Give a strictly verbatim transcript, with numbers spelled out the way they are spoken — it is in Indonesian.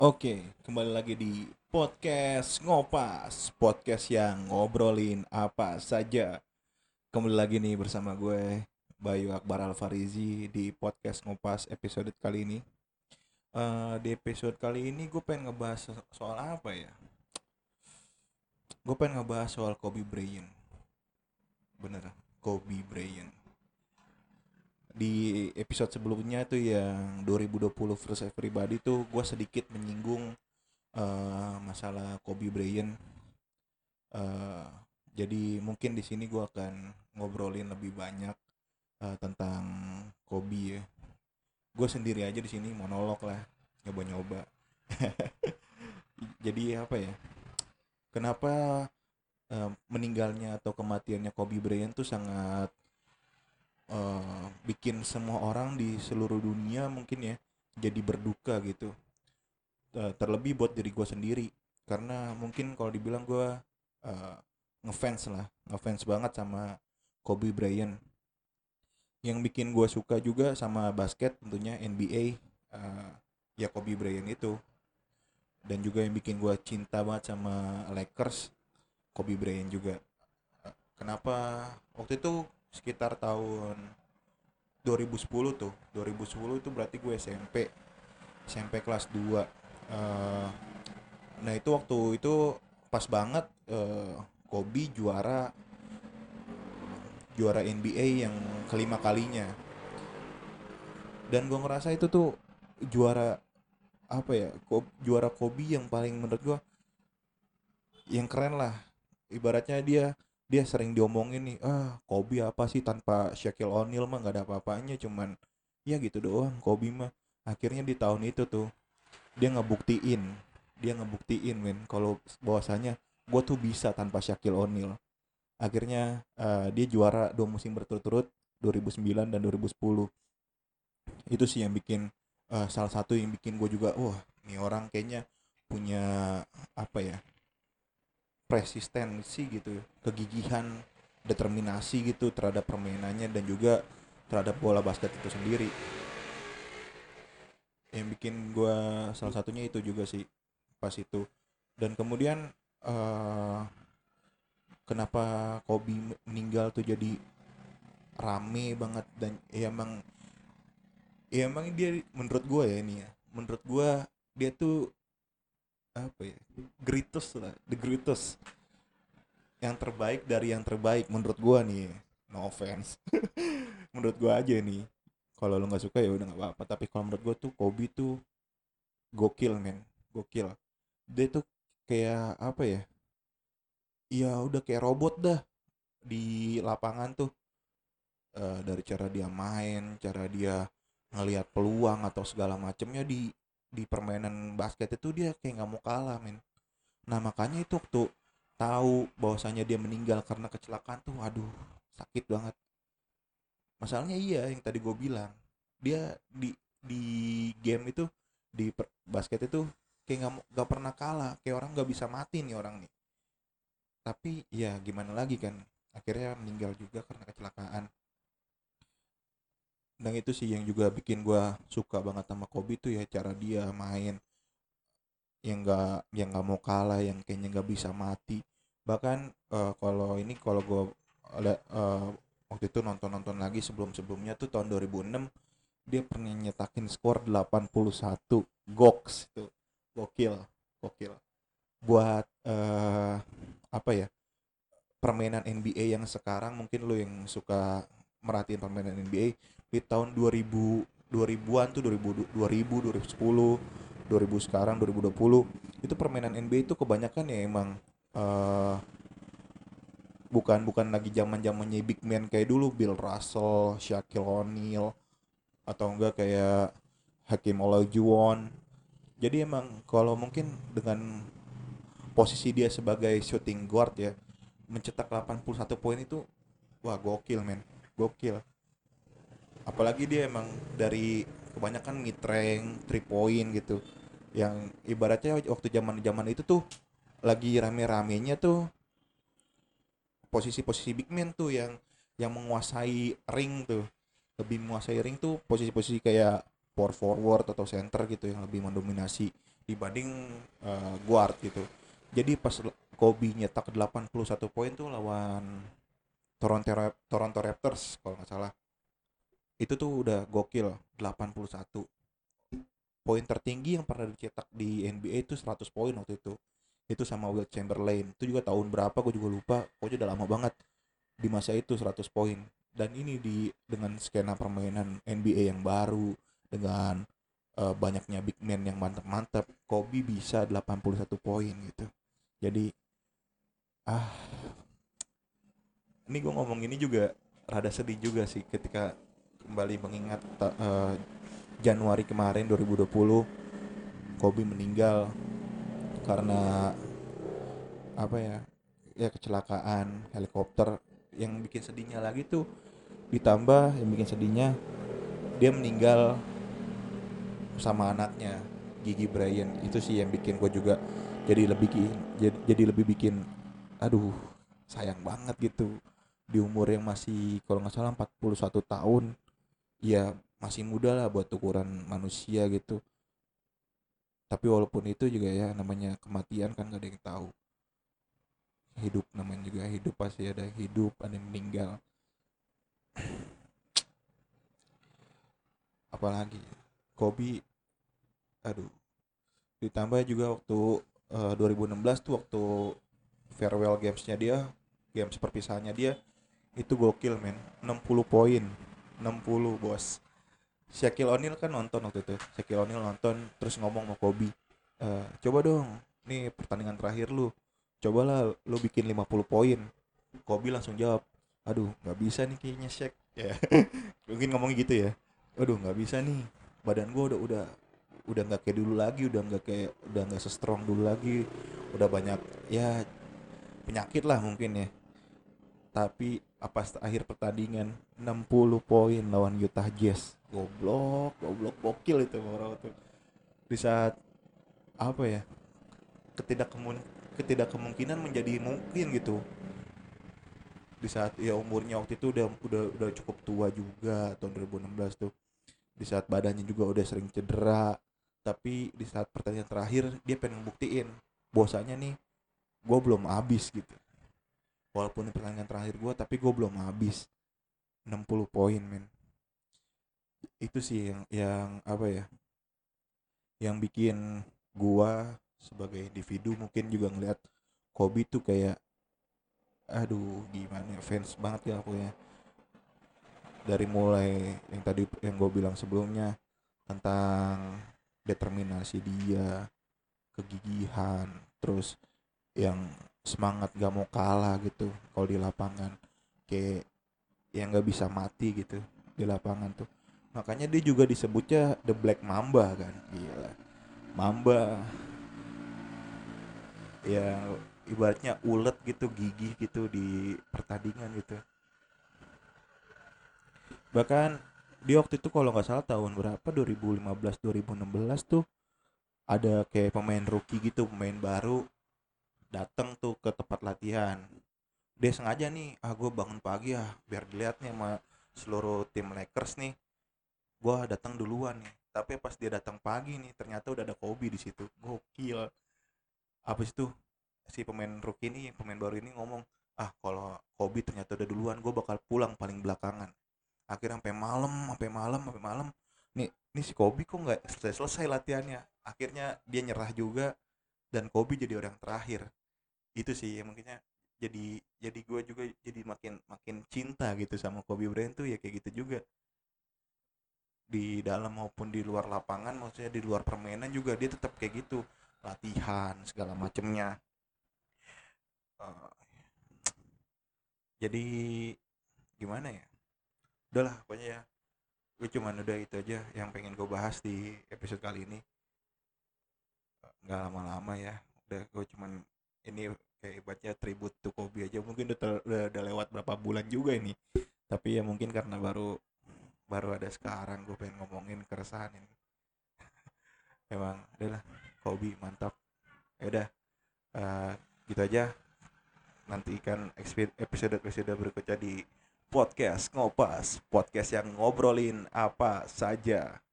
Oke, kembali lagi di podcast Ngopas, podcast yang ngobrolin apa saja. Kembali lagi nih bersama gue Bayu Akbar Alfarizi di podcast Ngopas episode kali ini. Eh, di episode kali ini gue pengen ngebahas so- soal apa ya? Gue pengen ngebahas soal Kobe Bryant. Bener, Kobe Bryant. Di episode sebelumnya tuh yang dua ribu dua puluh First Everybody tuh gue sedikit menyinggung eh, masalah Kobe Bryant. Eh, jadi mungkin di sini gue akan ngobrolin lebih banyak eh, tentang Kobe ya. Gue sendiri aja di sini monolog lah, nyoba-nyoba. Jadi apa ya? Kenapa eh, meninggalnya atau kematiannya Kobe Bryant tuh sangat eh, bikin semua orang di seluruh dunia mungkin ya jadi berduka gitu. Eh, terlebih buat diri gue sendiri, karena mungkin kalau dibilang gue eh, ngefans lah, ngefans banget sama Kobe Bryant. Yang bikin gue suka juga sama basket tentunya N B A, eh, ya Kobe Bryant itu. Dan juga yang bikin gue cinta banget sama Lakers, Kobe Bryant juga. Eh, kenapa waktu itu sekitar tahun dua ribu sepuluh tuh, dua ribu sepuluh itu berarti gue S M P, S M P kelas dua. Eh, nah itu waktu itu pas banget eh, Kobe juara juara N B A yang kelima kalinya. Dan gue ngerasa itu tuh juara apa ya, ko- juara Kobe yang paling menurut gua yang keren lah. Ibaratnya dia dia sering diomongin nih, ah Kobe apa sih tanpa Shaquille O'Neal mah nggak ada apa-apanya, cuman ya gitu doang Kobe mah. Akhirnya di tahun itu tuh dia ngebuktiin dia ngebuktiin men kalau bahwasanya gua tuh bisa tanpa Shaquille O'Neal. Akhirnya eh, dia juara dua musim berturut-turut, dua ribu sembilan dan dua ribu sepuluh. Itu sih yang bikin eh, salah satu yang bikin gue juga wah, ini orang kayaknya punya apa ya, persistensi gitu, kegigihan, determinasi gitu terhadap permainannya dan juga terhadap bola basket itu sendiri. Yang bikin gue salah satunya itu juga sih pas itu. Dan kemudian eh kenapa Kobe meninggal tuh jadi rame banget. Dan ya emang ya emang dia menurut gue ya ini ya, menurut gue dia tuh apa ya, greatest lah, the greatest, yang terbaik dari yang terbaik menurut gua nih. No offense. Menurut gua aja nih, kalau lo nggak suka ya udah nggak apa-apa, tapi kalau menurut gua tuh Kobe tuh gokil men, gokil. Dia tuh kayak apa ya, ya udah kayak robot dah di lapangan tuh. Eh, dari cara dia main, cara dia ngelihat peluang atau segala macamnya di di permainan basket itu dia kayak nggak mau kalah men. Nah makanya itu waktu tahu bahwasanya dia meninggal karena kecelakaan tuh, aduh sakit banget. Masalahnya iya yang tadi gue bilang, dia di di game itu, di per- basket itu kayak nggak mau- nggak pernah kalah, kayak orang nggak bisa mati nih orang nih. Tapi ya gimana lagi kan, akhirnya meninggal juga karena kecelakaan. Dan itu sih yang juga bikin gue suka banget sama Kobe tuh ya, cara dia main yang nggak yang nggak mau kalah, yang kayaknya nggak bisa mati. Bahkan eh, kalau ini kalau gue waktu itu nonton nonton lagi sebelum sebelumnya tuh tahun dua ribu enam, dia pernah nyetakin skor delapan puluh satu goks itu. Gokil, gokil buat eh, apa ya, permainan N B A yang sekarang. Mungkin lo yang suka merhatiin permainan N B A di tahun dua ribu dua ribuan tuh, dua ribu dua ribu dua ribu sepuluh dua ribu sekarang dua ribu dua puluh, itu permainan N B A itu kebanyakan ya emang eh, bukan bukan lagi zaman zamannya big man kayak dulu, Bill Russell, Shaquille O'Neal, atau enggak kayak Hakim Olajuwon. Jadi emang kalau mungkin dengan posisi dia sebagai shooting guard ya, mencetak delapan puluh satu poin itu wah gokil men, gokil. Apalagi dia emang dari kebanyakan mid range, three point gitu. Yang ibaratnya waktu zaman-zaman itu tuh lagi rame-ramenya tuh posisi-posisi big man tuh yang yang menguasai ring tuh. Lebih menguasai ring tuh posisi-posisi kayak power forward atau center gitu yang lebih mendominasi dibanding uh, guard gitu. Jadi pas Kobe nyetak delapan puluh satu poin tuh lawan Toronto Rap- Toronto Raptors kalau nggak salah. Itu tuh udah gokil, delapan puluh satu. Poin tertinggi yang pernah dicetak di N B A itu seratus poin waktu itu. Itu sama Will Chamberlain. Itu juga tahun berapa gue juga lupa. Pokoknya udah lama banget di masa itu seratus poin. Dan ini di dengan skena permainan N B A yang baru dengan uh, banyaknya big man yang mantap-mantap, Kobe bisa delapan puluh satu poin gitu. Jadi ah ini gue ngomong ini juga rada sedih juga sih ketika kembali mengingat ta- uh, Januari kemarin dua ribu dua puluh Kobe meninggal karena apa ya ya kecelakaan helikopter. Yang bikin sedihnya lagi tuh, ditambah yang bikin sedihnya, dia meninggal sama anaknya Gigi Bryant. Itu sih yang bikin gue juga jadi lebih jadi, jadi lebih bikin aduh sayang banget gitu, di umur yang masih kalau nggak salah empat puluh satu tahun, ya masih muda lah buat ukuran manusia gitu. Tapi walaupun itu juga ya namanya kematian kan gak ada yang tahu. Hidup namanya juga hidup, pasti ada yang hidup, ada yang meninggal. Apalagi Kobe, aduh. Ditambah juga waktu eh, dua ribu enam belas tuh waktu farewell gamesnya dia, games perpisahannya dia, itu gokil men, enam puluh poin, enam puluh bos. Shaquille O'Neal kan nonton waktu itu, Shaquille O'Neal nonton terus ngomong sama Kobe, e, coba dong, nih pertandingan terakhir lu, cobalah lu bikin lima puluh poin. Kobe langsung jawab, aduh nggak bisa nih kayaknya Shaq ya. Mungkin ngomong gitu ya, aduh nggak bisa nih, badan gua udah udah udah nggak kayak dulu lagi, udah nggak kayak udah nggak se-strong dulu lagi, udah banyak ya penyakit lah mungkin ya. Tapi apa akhir pertandingan enam puluh poin lawan Utah Jazz, goblok goblok gokil itu orang tuh. Di saat apa ya, ketidakkemun ketidakkemungkinan menjadi mungkin gitu. Di saat ya umurnya waktu itu udah udah udah cukup tua juga tahun dua ribu enam belas tuh. Di saat badannya juga udah sering cedera, tapi di saat pertandingan terakhir dia pengen buktiin bahwasanya nih gue belum habis gitu. Walaupun ini pertandingan terakhir gue, tapi gue belum habis. enam puluh poin men. Itu sih yang yang apa ya, yang bikin gua sebagai individu mungkin juga ngelihat Kobe tuh kayak aduh gimana ya, fans banget ya aku ya. Dari mulai yang tadi yang gue bilang sebelumnya tentang determinasi dia, kegigihan, terus yang semangat gak mau kalah gitu kalau di lapangan, kayak yang gak bisa mati gitu di lapangan tuh. Makanya dia juga disebutnya The Black Mamba kan. Gila, Mamba ya, ibaratnya ulet gitu, gigih gitu di pertandingan gitu. Bahkan di waktu itu kalau nggak salah tahun berapa, dua ribu lima belas dua ribu enam belas tuh ada kayak pemain rookie gitu, pemain baru datang tuh ke tempat latihan. Dia sengaja nih, ah gue bangun pagi ya biar dilihat nih sama seluruh tim Lakers nih, gue datang duluan nih. Tapi pas dia datang pagi nih ternyata udah ada Kobe di situ, gokil. Habis itu si pemain rookie ini, pemain baru ini ngomong, ah kalau Kobe ternyata udah duluan, gue bakal pulang paling belakangan. Akhirnya sampai malam, sampai malam, sampai malam. Nih, nih si Kobe kok nggak selesai selesai latihannya. Akhirnya dia nyerah juga dan Kobe jadi orang terakhir. Itu sih yang mungkinnya jadi jadi gue juga jadi makin makin cinta gitu sama Kobe Bryant tuh ya kayak gitu juga. Di dalam maupun di luar lapangan, maksudnya di luar permainan juga dia tetap kayak gitu. Latihan segala macemnya. Eh, jadi gimana ya, udahlah pokoknya ya, gue cuman udah itu aja yang pengen gue bahas di episode kali ini. Nggak lama-lama ya, udah gue cuman ini kayak ibaratnya tribute to Kobe aja. Mungkin udah, ter, udah udah lewat berapa bulan juga ini, tapi ya mungkin karena baru baru ada sekarang gue pengen ngomongin keresahan ini. Emang udahlah, Kobe mantap. Ya udah, uh, gitu aja. Nantikan episode-episode berikutnya di podcast Ngopas, podcast yang ngobrolin apa saja.